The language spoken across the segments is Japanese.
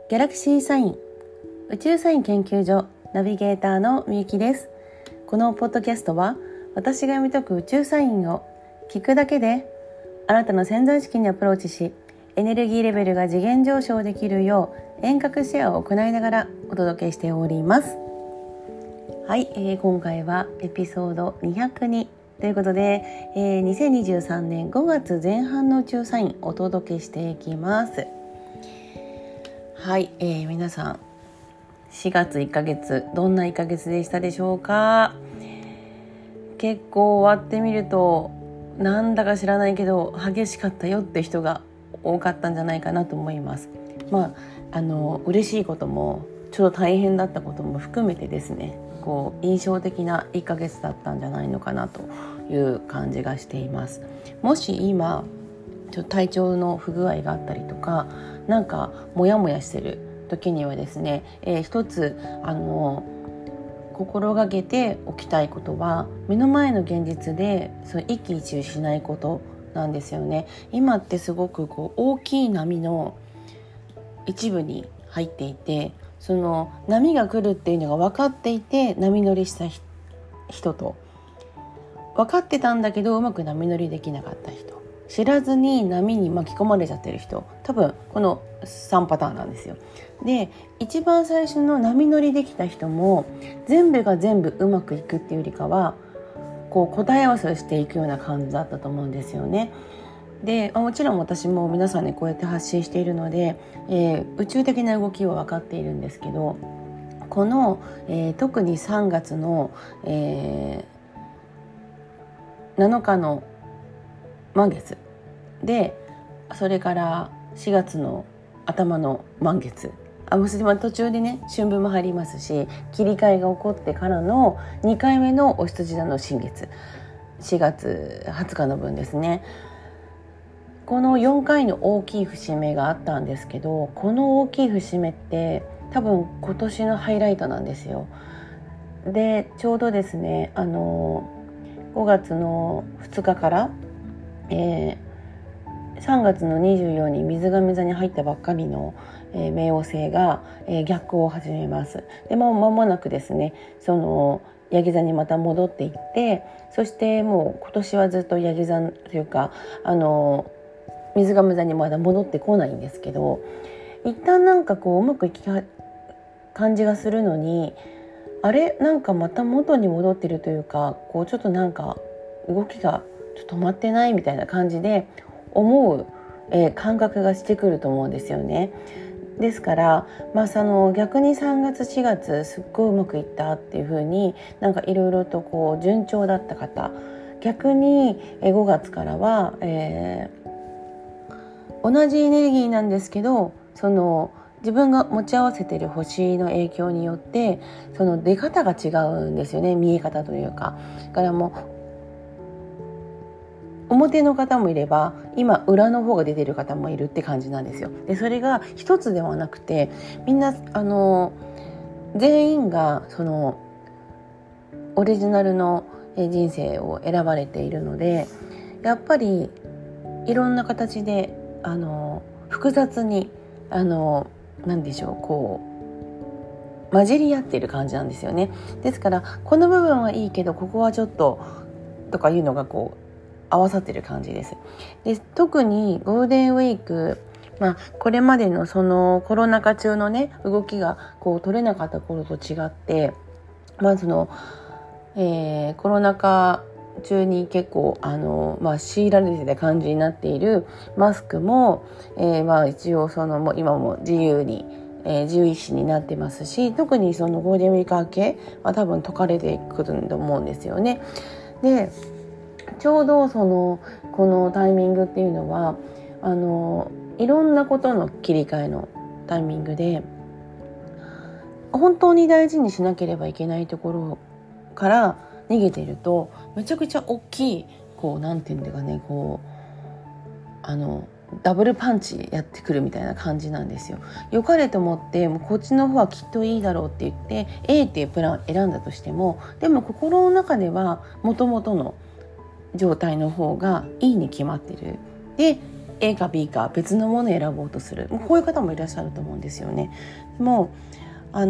ギャラクシーサイン宇宙サイン研究所ナビゲーターのみゆきです。このポッドキャストは私が読み解く宇宙サインを聞くだけであなたの潜在意識にアプローチし、エネルギーレベルが次元上昇できるよう遠隔シェアを行いながらお届けしております。はい、今回はエピソード202ということで、2023年5月前半の宇宙サインお届けしていきます。はい、皆さん4月1ヶ月どんな1ヶ月でしたでしょうか。結構終わってみるとなんだか知らないけど激しかったよって人が多かったんじゃないかなと思います。嬉しいこともちょっと大変だったことも含めてですね、印象的な1ヶ月だったんじゃないのかなという感じがしています。もし今ちょっと体調の不具合があったりとか、なんかモヤモヤしてる時にはですね、一つ心がけておきたいことは、目の前の現実で一喜一憂しないことなんですよね。今ってすごく大きい波の一部に入っていて、その波が来るっていうのが分かっていて波乗りした人と、分かってたんだけどうまく波乗りできなかった人、知らずに波に巻き込まれちゃってる人、多分この3パターンなんですよ。で、一番最初の波乗りできた人も全部が全部うまくいくっていうよりかは答え合わせをしていくような感じだったと思うんですよね。で、もちろん私も皆さんにこうやって発信しているので、宇宙的な動きは分かっているんですけど、この、特に3月の、7日の満月で、それから4月の頭の満月、途中でね春分も入りますし、切り替えが起こってからの2回目のお羊座の新月、4月20日の分ですね。この4回の大きい節目があったんですけど、この大きい節目って多分今年のハイライトなんですよ。で、ちょうどですね、5月の2日から、3月の24に水亀座に入ったばっかりの、冥王星が、逆行を始めます。でも間もなくですね、そのヤギ座にまた戻っていって、そしてもう今年はずっとヤギ座というか水亀座にまだ戻ってこないんですけど、一旦なんかうまくいき感じがするのに、あれなんかまた元に戻ってるというか、ちょっとなんか動きがちょっと止まってないみたいな感じで思う、感覚がしてくると思うんですよね。ですから、逆に3月4月すっごいうまくいったっていう風になんかいろいろと順調だった方、逆に5月からは、同じエネルギーなんですけど、その自分が持ち合わせている星の影響によってその出方が違うんですよね。見え方というか。だからもう表の方もいれば、今裏の方が出てる方もいるって感じなんですよ。で、それが一つではなくて、みんな全員がそのオリジナルの人生を選ばれているので、やっぱりいろんな形で複雑に何でしょう、混じり合っている感じなんですよね。ですからこの部分はいいけどここはちょっととかいうのが合わさってる感じです。で、特にゴールデンウィーク、これまでのそのコロナ禍中のね動きが取れなかった頃と違って、コロナ禍中に結構強いられてた感じになっているマスクも、一応もう今も自由意志になってますし、特にそのゴールデンウィーク明けは多分解かれてくると思うんですよね。で、ちょうどこのタイミングっていうのはいろんなことの切り替えのタイミングで、本当に大事にしなければいけないところから逃げていると、めちゃくちゃ大きいなんていうんだかね、ダブルパンチやってくるみたいな感じなんですよ。良かれと思ってもうこっちの方はきっといいだろうって言って A っていうプランを選んだとしても、でも心の中では元々の状態の方がいいに決まってる。で、 A か B か別のものを選ぼうとする、こういう方もいらっしゃると思うんですよね。もう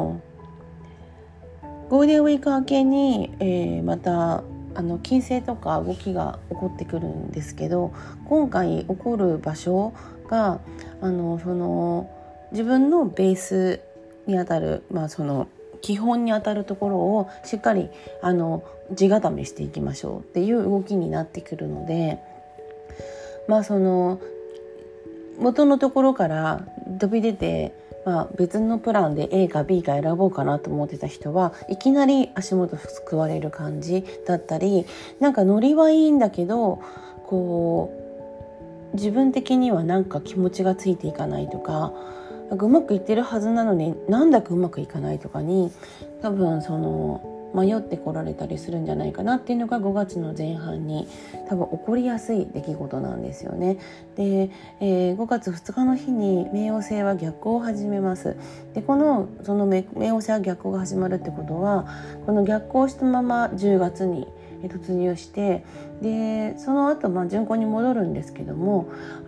ゴールデンウィーク明けに、また金星とか動きが起こってくるんですけど、今回起こる場所がその自分のベースにあたる、その基本にあたるところをしっかり地固めしていきましょうっていう動きになってくるので、その元のところから飛び出て、別のプランで A か B か選ぼうかなと思ってた人はいきなり足元すくわれる感じだったり、なんかノリはいいんだけどこう自分的にはなんか気持ちがついていかないとか、なんかうまくいってるはずなのになんだかうまくいかないとかに多分迷ってこられたりするんじゃないかなっていうのが5月の前半に多分起こりやすい出来事なんですよね。で、5月2日の日に冥王星は逆行を始めます。でその冥王星は逆行が始まるってことは、この逆行したまま10月に突入して、でその後順行に戻るんですけども、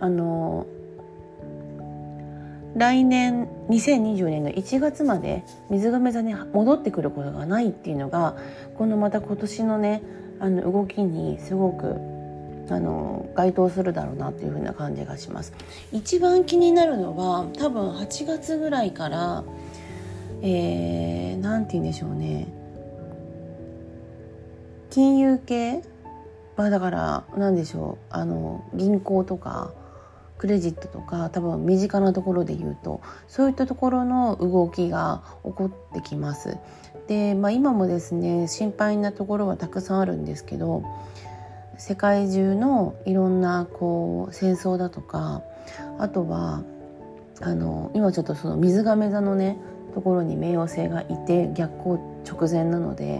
来年2020年の1月まで水亀座に戻ってくることがないっていうのが、このまた今年のね動きにすごく該当するだろうなっていう風な感じがします。一番気になるのは多分8月ぐらいから、なんて言うんでしょうね、金融系、だからなんでしょう、銀行とかクレジットとか、多分身近なところで言うとそういったところの動きが起こってきます。で、今もですね心配なところはたくさんあるんですけど、世界中のいろんな戦争だとか、あとは今ちょっとその水亀座のねところに冥王星がいて逆行直前なので、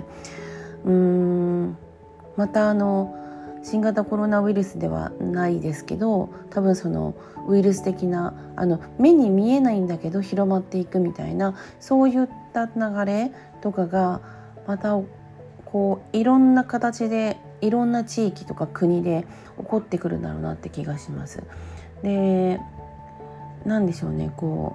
また新型コロナウイルスではないですけど、多分そのウイルス的な目に見えないんだけど広まっていくみたいな、そういった流れとかがまたいろんな形でいろんな地域とか国で起こってくるんだろうなって気がします。で、なんでしょうね、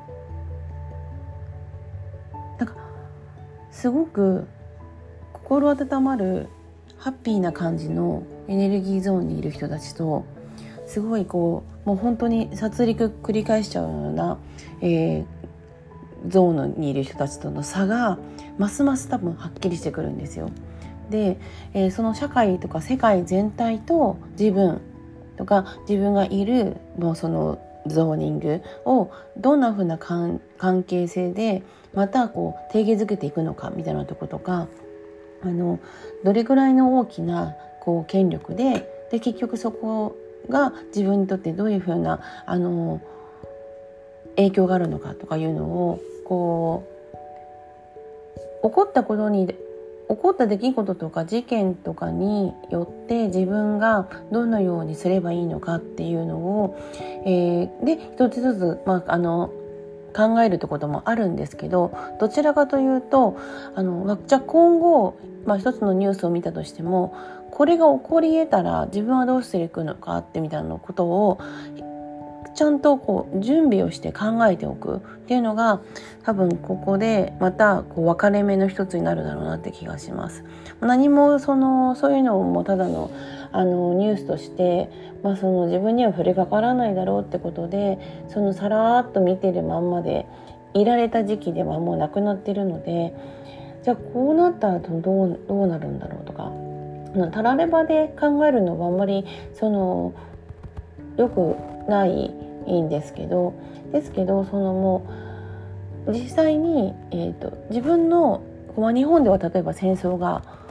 なんかすごく心温まるハッピーな感じのエネルギーゾーンにいる人たちと、すごいもう本当に殺戮繰り返しちゃうような、ゾーンにいる人たちとの差がますます多分はっきりしてくるんですよ。で、その社会とか世界全体と自分とか自分がいるそのゾーニングをどんな風な関係性でまた定義づけていくのかみたいなところとか、どれぐらいの大きな権力で結局そこが自分にとってどういうふうな影響があるのかとかいうのを起こった出来事とか事件とかによって自分がどのようにすればいいのかっていうのを、で一つずつ、考えるってこともあるんですけど、どちらかというとじゃあ今後、一つのニュースを見たとしてもこれが起こり得たら自分はどうしていくのかってみたいなことをちゃんと準備をして考えておくっていうのが多分ここでまた分かれ目の一つになるだろうなって気がします。何もそういうのもただのニュースとして、自分には降りかからないだろうってことでさらっと見てるまんまでいられた時期ではもうなくなってるので、じゃあこうなったらどうなるんだろうとか、たらればで考えるのはあんまりよくないんですけど、もう実際に、自分の日本では例えば戦争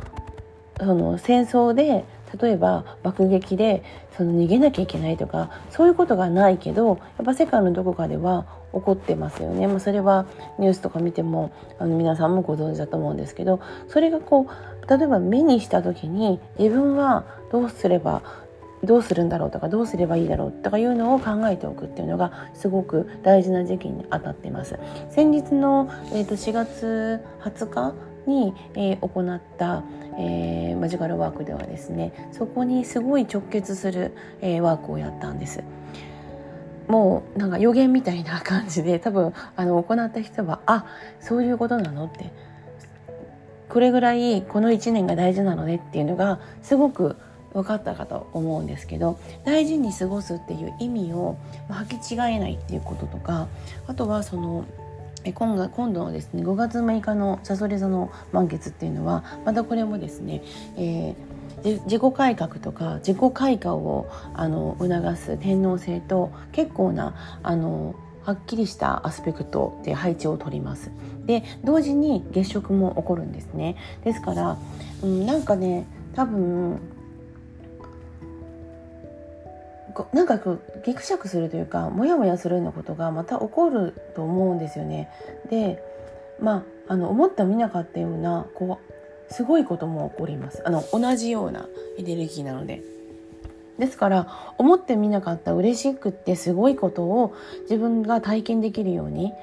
で例えば爆撃で逃げなきゃいけないとかそういうことがないけど、やっぱ世界のどこかでは起こってますよね。それはニュースとか見ても皆さんもご存知だと思うんですけど、それが例えば目にした時に自分はどうするんだろうとかどうすればいいだろうとかいうのを考えておくっていうのがすごく大事な時期に当たっています。先日の、4月20日に、行った、マジカルワークではですね、そこにすごい直結する、ワークをやったんです。 もうなんか予言みたいな感じで多分行った人はそういうことなのって、これぐらいこの1年が大事なのねっていうのがすごく分かったかと思うんですけど、大事に過ごすっていう意味を履き違えないっていうこととか、あとは今度のですね5月6日のさそり座の満月っていうのはまたこれもですね、自己改革とか自己開花を促す天王星と結構なはっきりしたアスペクトで配置を取ります。で同時に月食も起こるんですね。ですから、なんかね多分なんかギクシャクするというかモヤモヤするようなことがまた起こると思うんですよね。で思ってもみなかったようなすごいことも起こります。同じようなエネルギーなので。ですから思ってみなかった嬉しくってすごいことを自分が体験できるように、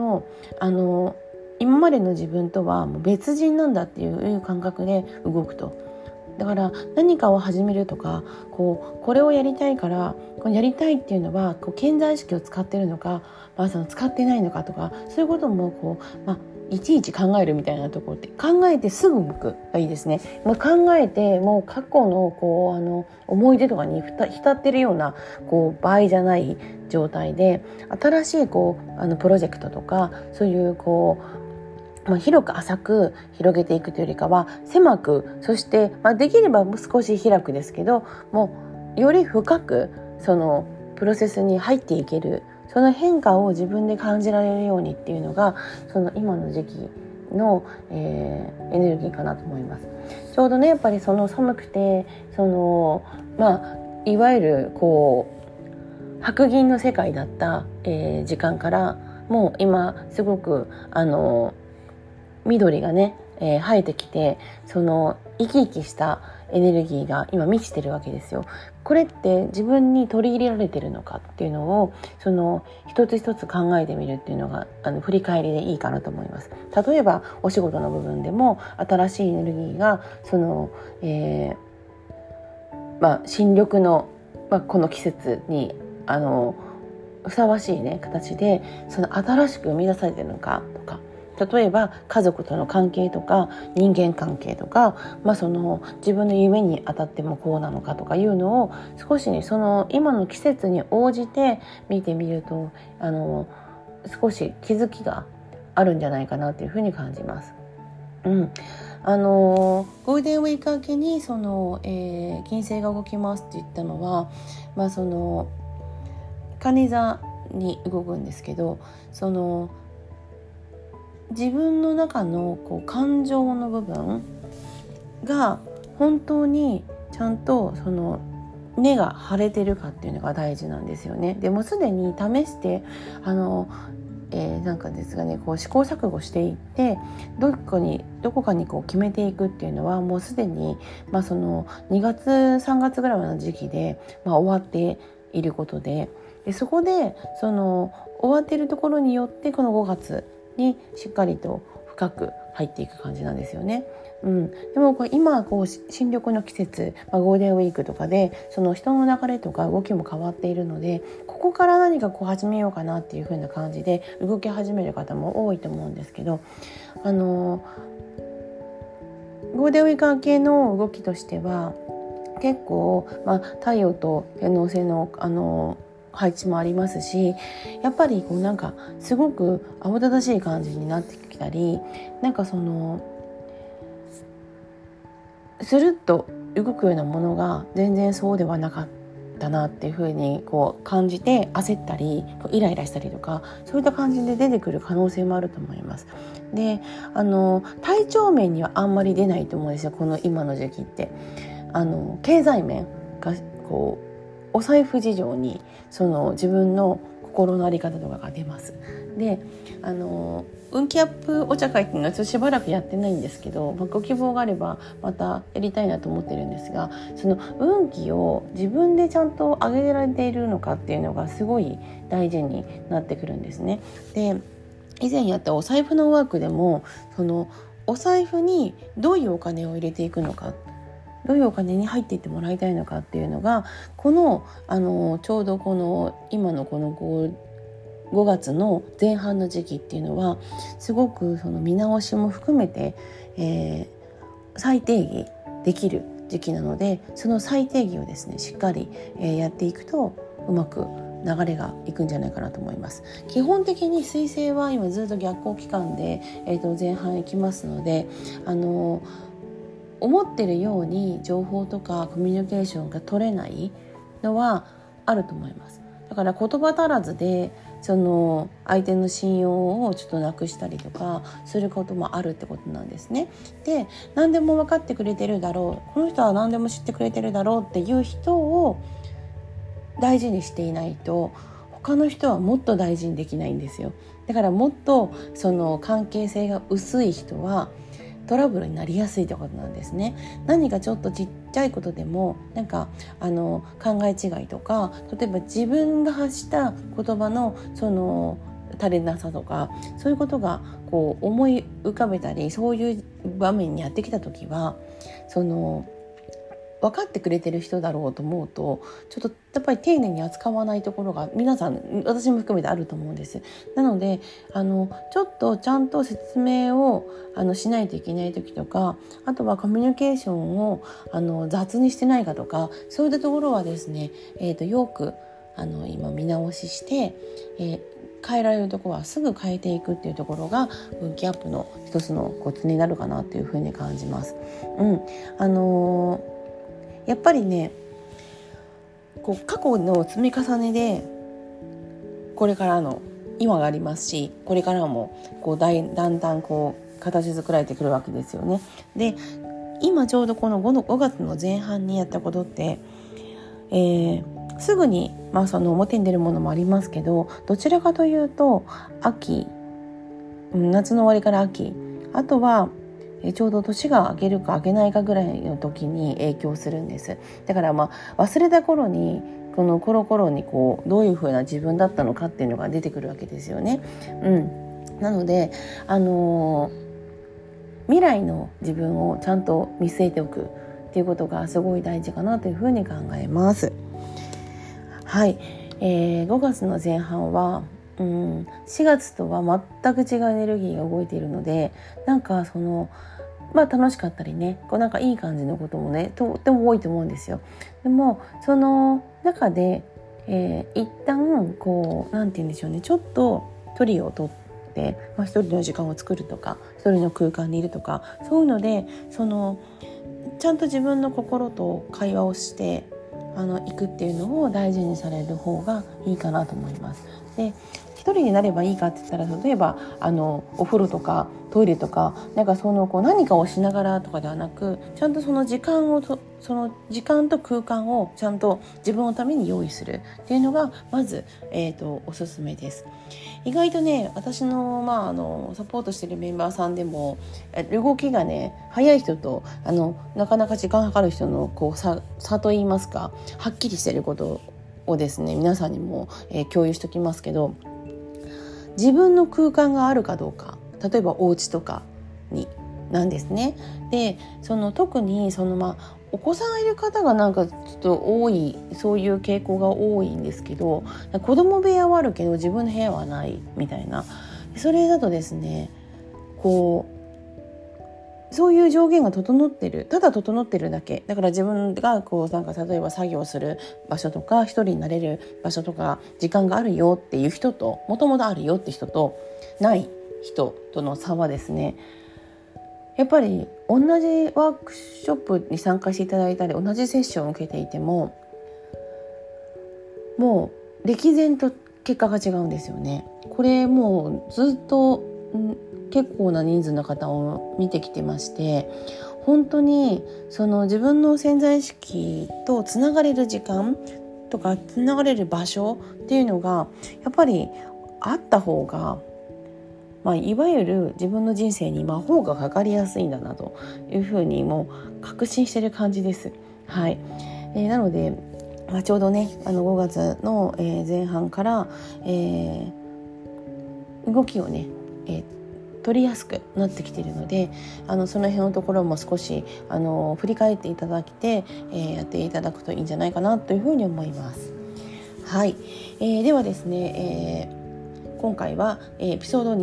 今までの自分とはもう別人なんだっていう感覚で動くと。だから何かを始めるとかこれをやりたいからやりたいっていうのは潜在意識を使ってるのか、使ってないのかとか、そういうこともいちいち考えるみたいなところって考えてすぐ動くがいいですね。考えてもう過去の思い出とかに浸ってるような場合じゃない状態で、新しいプロジェクトとかそういう広く浅く広げていくというよりかは狭く、そしてできれば少し開くですけどもより深くそのプロセスに入っていける、その変化を自分で感じられるようにっていうのが今の時期の、エネルギーかなと思います。ちょうどねやっぱり寒くていわゆる白銀の世界だった、時間からもう今すごく緑がね、生えてきて生き生きしたエネルギーが今満ちてるわけですよ。これって自分に取り入れられてるのかっていうのを一つ一つ考えてみるっていうのが振り返りでいいかなと思います。例えばお仕事の部分でも新しいエネルギーが新緑の、この季節にふさわしいね形で新しく生み出されてるのかとか、例えば家族との関係とか人間関係とか、自分の夢に当たってもこうなのかとかいうのを少し今の季節に応じて見てみると少し気づきがあるんじゃないかなというふうに感じます。ゴールデンウィーク明けに金星が動きますって言ったのは、蟹座に動くんですけど、自分の中の感情の部分が本当にちゃんと根が張れてるかっていうのが大事なんですよね。でもすでに試してなんかですがね試行錯誤していってどこかに決めていくっていうのはもうすでに2月3月ぐらいの時期で終わっていることで、そこで終わっているところによってこの5月にしっかりと深く入っていく感じなんですよね。でも今新緑の季節、ゴールデンウィークとかで人の流れとか動きも変わっているので、ここから何か始めようかなっていう風な感じで動き始める方も多いと思うんですけど、ゴールデンウィーク明けの動きとしては結構、太陽と天王星の配置もありますし、やっぱりなんかすごく慌ただしい感じになってきたり、なんかスルッと動くようなものが全然そうではなかったなっていう風に感じて焦ったりイライラしたりとか、そういった感じで出てくる可能性もあると思います。で体調面にはあんまり出ないと思うんですよ、この今の時期って。経済面がお財布事情に自分の心の在り方とかが出ます。で運気アップお茶会っていうのはしばらくやってないんですけど、ご希望があればまたやりたいなと思ってるんですが、運気を自分でちゃんと上げられているのかっていうのがすごい大事になってくるんですね。で以前やったお財布のワークでもお財布にどういうお金を入れていくのか、 どういうお金に入っていってもらいたいのかっていうのがこの、ちょうどこの今のこの5月の前半の時期っていうのはすごくその見直しも含めて、再定義できる時期なので、その再定義をですねしっかり、やっていくとうまく流れがいくんじゃないかなと思います。基本的に水星は今ずっと逆行期間で、前半行きますので、思ってるように情報とかコミュニケーションが取れないのはあると思います。だから言葉足らずでその相手の信用をちょっとなくしたりとかすることもあるってことなんですね。で、何でも分かってくれてるだろう、この人は何でも知ってくれてるだろうっていう人を大事にしていないと他の人はもっと大事にできないんですよ。だからもっとその関係性が薄い人はトラブルになりやすいってことなんですね。何かちょっとちっちゃいことでもなんか考え違いとか、例えば自分が発した言葉のその足りなさとか、そういうことがこう思い浮かべたり、そういう場面にやってきた時はその分かってくれてる人だろうと思うとちょっとやっぱり丁寧に扱わないところが皆さん、私も含めてあると思うんです。なのでちょっとちゃんと説明をしないといけない時とか、あとはコミュニケーションを雑にしてないかとか、そういったところはですね、よく今見直しして、変えられるところはすぐ変えていくっていうところが運気アップの一つのコツになるかなっていうふうに感じます。やっぱりね、こう過去の積み重ねでこれからの今がありますし、これからもこうだんだんこう形作られてくるわけですよね。で、今ちょうどこの5月の前半にやったことって、すぐに、その表に出るものもありますけど、どちらかというと秋、夏の終わりから秋、あとはちょうど年が明けるか明けないかぐらいの時に影響するんです。だから忘れた頃にこのコロコロにこうどういう風な自分だったのかっていうのが出てくるわけですよね。なので未来の自分をちゃんと見据えておくっていうことがすごい大事かなというふうに考えます。はい、5月の前半は4月とは全く違うエネルギーが動いているので、なんかその楽しかったりね、こうなんかいい感じのこともねとっても多いと思うんですよ。でもその中で、一旦こうなんて言うんでしょうね、ちょっと距離を取って、一人の時間を作るとか、一人の空間にいるとか、そういうのでそのちゃんと自分の心と会話をして行くっていうのを大事にされる方がいいかなと思います。で、一人になればいいかって言ったら、例えばお風呂とかトイレとか、なんかそのこう何かをしながらとかではなく、ちゃんとその時間と空間をちゃんと自分のために用意するっていうのがまず、おすすめです。意外とね、私の、サポートしてるメンバーさんでも動きがね早い人となかなか時間かかる人のこう差と言いますか、はっきりしていることをですね皆さんにも、共有しておきますけど、自分の空間があるかどうか、例えばお家とかになんですね。で、特にお子さんいる方がなんかちょっと多い、そういう傾向が多いんですけど、子供部屋はあるけど自分の部屋はないみたいな、それだとですね、こうそういう条件が整ってる、ただ整ってるだけだから、自分がこうなんか例えば作業する場所とか一人になれる場所とか時間があるよっていう人と、もともとあるよって人とない人との差はですね、やっぱり同じワークショップに参加していただいたり同じセッションを受けていても、もう歴然と結果が違うんですよね。これもうずっと結構な人数の方を見てきてまして、本当にその自分の潜在意識とつながれる時間とかつながれる場所っていうのがやっぱりあった方が、いわゆる自分の人生に魔法がかかりやすいんだなというふうにもう確信している感じです。はい。なので、ちょうどね5月の前半から、動きをね、 取りやすくなってきているので、その辺のところも少し振り返っていただいて、やっていただくといいんじゃないかなというふうに思います。はい、ではですね、今回はエピソード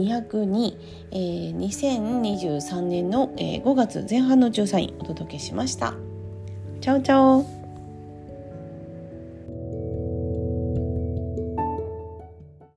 202、2023年の5月前半の調査員お届けしました。チャオチャオ。